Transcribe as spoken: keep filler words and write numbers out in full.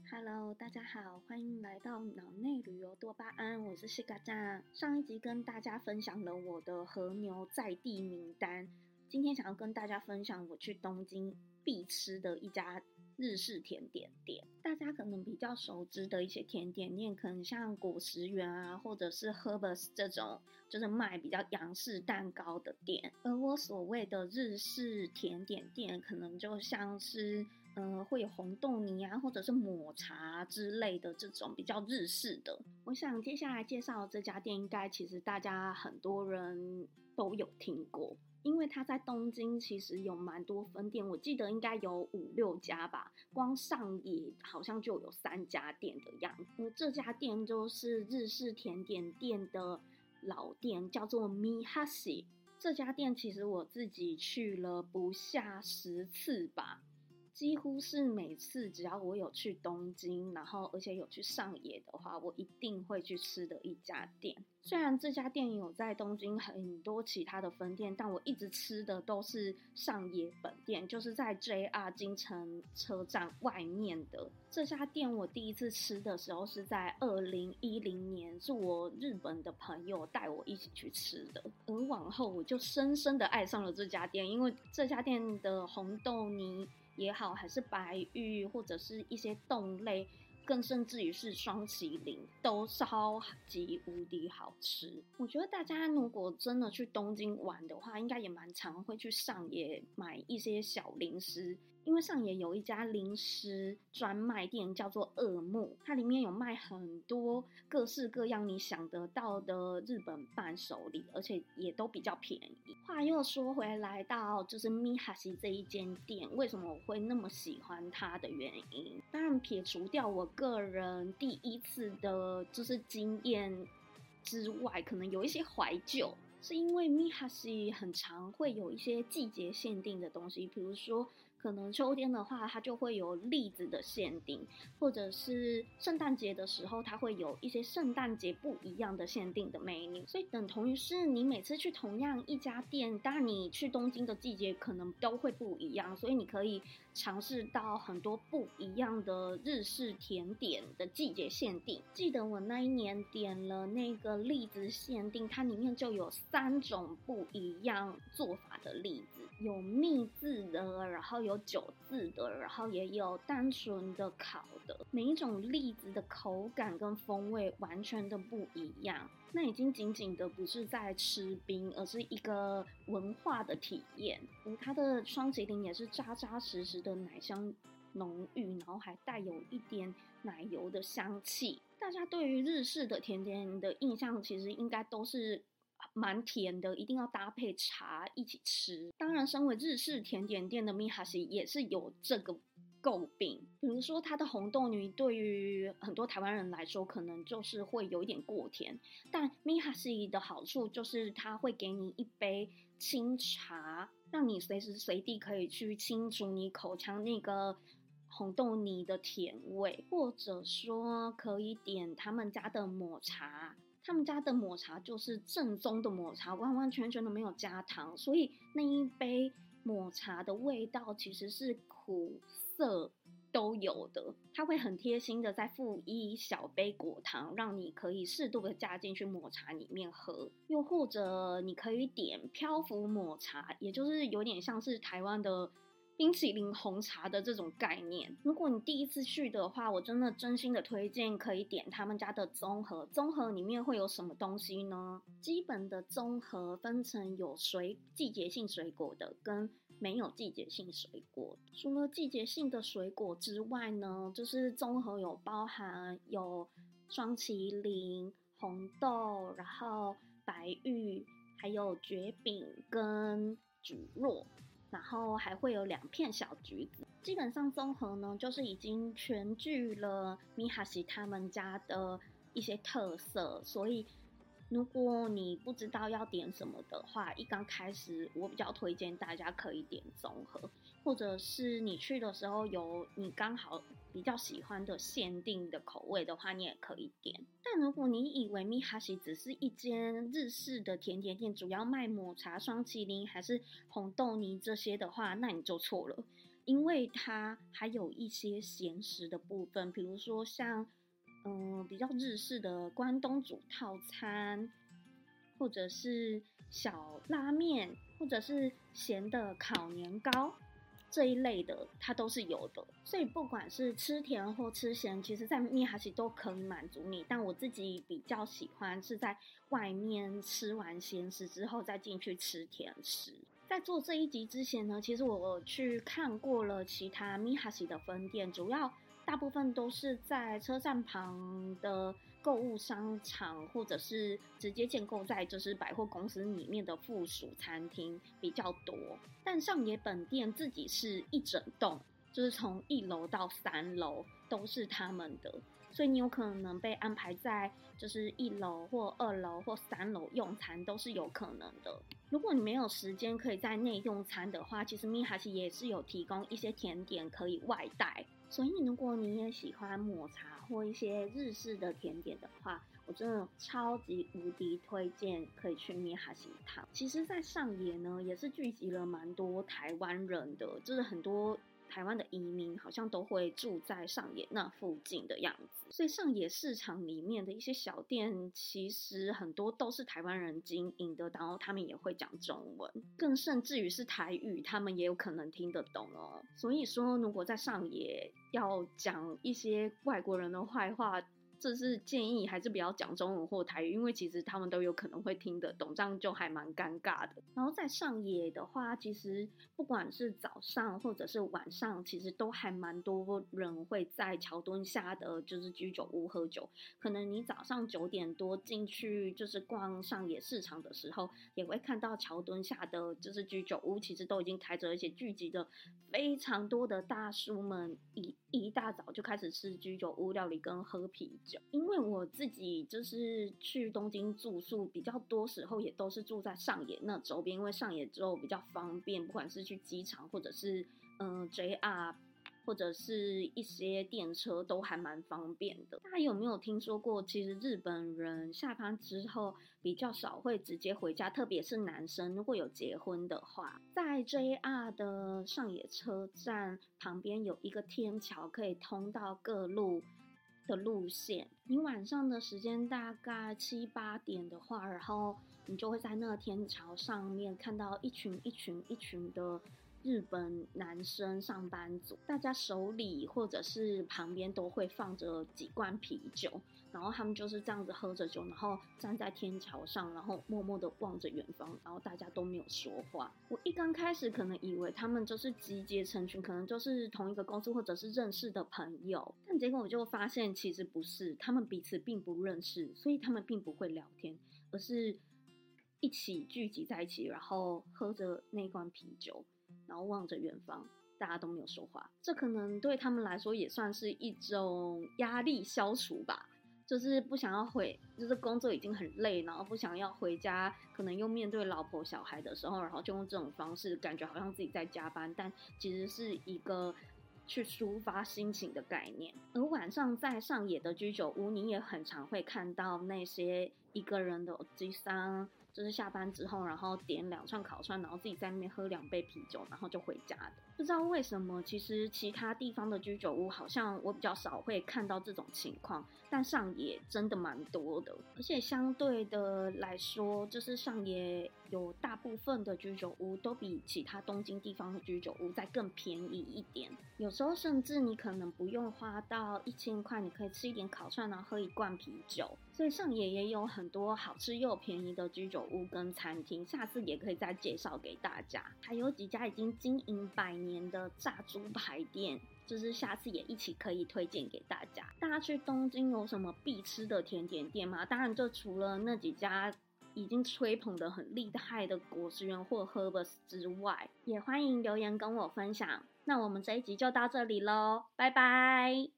Hello， 大家好，欢迎来到脑内旅游多巴胺，我是西嘎酱。上一集跟大家分享了我的和牛在地名单，今天想要跟大家分享我去东京必吃的一家日式甜点店。大家可能比较熟知的一些甜点店，可能像果实园啊，或者是 Herbers 这种，就是卖比较洋式蛋糕的店。而我所谓的日式甜点店，可能就像是呃，会有红豆泥啊，或者是抹茶之类的这种比较日式的。我想接下来介绍的这家店，应该其实大家很多人都有听过，因为它在东京其实有蛮多分店，我记得应该有五六家吧，光上野好像就有三家店的样子。而这家店就是日式甜点店的老店，叫做 Mihashi。这家店其实我自己去了不下十次吧。几乎是每次只要我有去东京，然后而且有去上野的话，我一定会去吃的一家店。虽然这家店有在东京很多其他的分店，但我一直吃的都是上野本店，就是在 J R 京成车站外面的这家店。我第一次吃的时候是在二零一零年，是我日本的朋友带我一起去吃的。而往后我就深深的爱上了这家店，因为这家店的红豆泥也好，还是白玉，或者是一些冻类，更甚至于是双麒麟，都超级无敌好吃。我觉得大家如果真的去东京玩的话，应该也蛮常会去上野买一些小零食，因为上野有一家零食专卖店叫做二木，它里面有卖很多各式各样你想得到的日本伴手礼，而且也都比较便宜。话又说回来到就是 Mihashi 这一间店，为什么我会那么喜欢它的原因，当然撇除掉我个人第一次的就是经验之外，可能有一些怀旧，是因为 Mihashi 很常会有一些季节限定的东西，比如说可能秋天的话它就会有栗子的限定，或者是圣诞节的时候它会有一些圣诞节不一样的限定的 menu， 所以等同于是你每次去同样一家店，当然你去东京的季节可能都会不一样，所以你可以尝试到很多不一样的日式甜点的季节限定。记得我那一年点了那个栗子限定，它里面就有三种不一样做法的栗子，有蜜制的，然后有酒渍的，然后也有单纯的烤的，每一种栗子的口感跟风味完全的不一样。那已经仅仅的不是在吃冰，而是一个文化的体验。而它的双麒麟也是扎扎实实的奶香浓郁，然后还带有一点奶油的香气。大家对于日式的甜点的印象其实应该都是蛮甜的，一定要搭配茶一起吃。当然身为日式甜点店的 Mihashi 也是有这个诟病，比如说它的红豆泥对于很多台湾人来说可能就是会有一点过甜，但 Mihashi 的好处就是它会给你一杯清茶，让你随时随地可以去清除你口腔那个红豆泥的甜味，或者说可以点他们家的抹茶，他们家的抹茶就是正宗的抹茶，完完全全的没有加糖，所以那一杯抹茶的味道其实是苦涩都有的。它会很贴心的再附一小杯果糖，让你可以适度的加进去抹茶里面喝。又或者你可以点漂浮抹茶，也就是有点像是台湾的冰淇淋红茶的这种概念。如果你第一次去的话，我真的真心的推荐可以点他们家的综合。综合里面会有什么东西呢？基本的综合分成有水季节性水果的跟没有季节性水果。除了季节性的水果之外呢，就是综合有包含有双麒麟、红豆，然后白玉，还有蕨饼跟蒟蒻，然后还会有两片小橘子。基本上综合呢，就是已经全具了Mihashi他们家的一些特色，所以如果你不知道要点什么的话，一刚开始我比较推荐大家可以点综合，或者是你去的时候有你刚好比较喜欢的限定的口味的话，你也可以点。但如果你以为 Mihashi 只是一间日式的甜点店，主要卖抹茶、双麒麟还是红豆泥这些的话，那你就错了。 因为它还有一些咸食的部分，比如说像嗯、呃、比较日式的关东煮套餐，或者是小拉面，或者是咸的烤年糕这一类的，它都是有的。所以不管是吃甜或吃咸，其实在米哈西都可以满足你。但我自己比较喜欢是在外面吃完咸食之后再进去吃甜食。在做这一集之前呢，其实我去看过了其他米哈西的分店，主要大部分都是在车站旁的购物商场，或者是直接建构在就是百货公司里面的附属餐厅比较多。但上野本店自己是一整栋，就是从一楼到三楼都是他们的，所以你有可能被安排在就是一楼或二楼或三楼用餐都是有可能的。如果你没有时间可以在内用餐的话，其实米哈西也是有提供一些甜点可以外带。所以如果你也喜欢抹茶或一些日式的甜点的话，我真的超级无敌推荐可以去米哈西一趟。其实在上野呢也是聚集了蛮多台湾人的，就是很多台湾的移民好像都会住在上野那附近的样子，所以上野市场里面的一些小店其实很多都是台湾人经营的，然后他们也会讲中文，更甚至于是台语他们也有可能听得懂哦。所以说如果在上野要讲一些外国人的坏话，这是建议还是不要讲中文或台语，因为其实他们都有可能会听得懂，这样就还蛮尴尬的。然后在上野的话，其实不管是早上或者是晚上，其实都还蛮多人会在桥墩下的就是居酒屋喝酒。可能你早上九点多进去就是逛上野市场的时候，也会看到桥墩下的就是居酒屋其实都已经开着，而且聚集着非常多的大叔们一一大早就开始吃居酒屋料理跟喝啤酒。因为我自己就是去东京住宿比较多时候也都是住在上野那周边，因为上野之后比较方便，不管是去机场或者是嗯 J R 或者是一些电车都还蛮方便的。大家有没有听说过其实日本人下班之后比较少会直接回家，特别是男生如果有结婚的话，在 J R 的上野车站旁边有一个天桥可以通到各路的路线。你晚上的时间大概七八点的话，然后你就会在那个天桥上面看到一群一群一群的日本男生上班族，大家手里或者是旁边都会放着几罐啤酒，然后他们就是这样子喝着酒，然后站在天桥上，然后默默的望着远方，然后大家都没有说话。我一刚开始可能以为他们就是集结成群，可能就是同一个公司或者是认识的朋友，但结果我就发现其实不是，他们彼此并不认识，所以他们并不会聊天，而是一起聚集在一起，然后喝着那罐啤酒，然后望着远方，大家都没有说话。这可能对他们来说也算是一种压力消除吧，就是不想要回，就是工作已经很累，然后不想要回家，可能又面对老婆小孩的时候，然后就用这种方式，感觉好像自己在加班，但其实是一个去抒发心情的概念。而晚上在上野的居酒屋，你也很常会看到那些一个人的おじさん，就是下班之后，然后点两串烤串，然后自己在那边喝两杯啤酒，然后就回家的。不知道为什么，其实其他地方的居酒屋好像我比较少会看到这种情况，但上野真的蛮多的。而且相对的来说，就是上野有大部分的居酒屋都比其他东京地方的居酒屋再更便宜一点，有时候甚至你可能不用花到一千块，你可以吃一点烤串，然后喝一罐啤酒。所以上野也有很多好吃又便宜的居酒屋跟餐厅，下次也可以再介绍给大家。还有几家已经经营百年的炸猪排店，就是下次也一起可以推荐给大家。大家去东京有什么必吃的甜点店吗？当然就除了那几家已经吹捧的很厉害的果实园或 Herbs 之外，也欢迎留言跟我分享。那我们这一集就到这里咯，拜拜。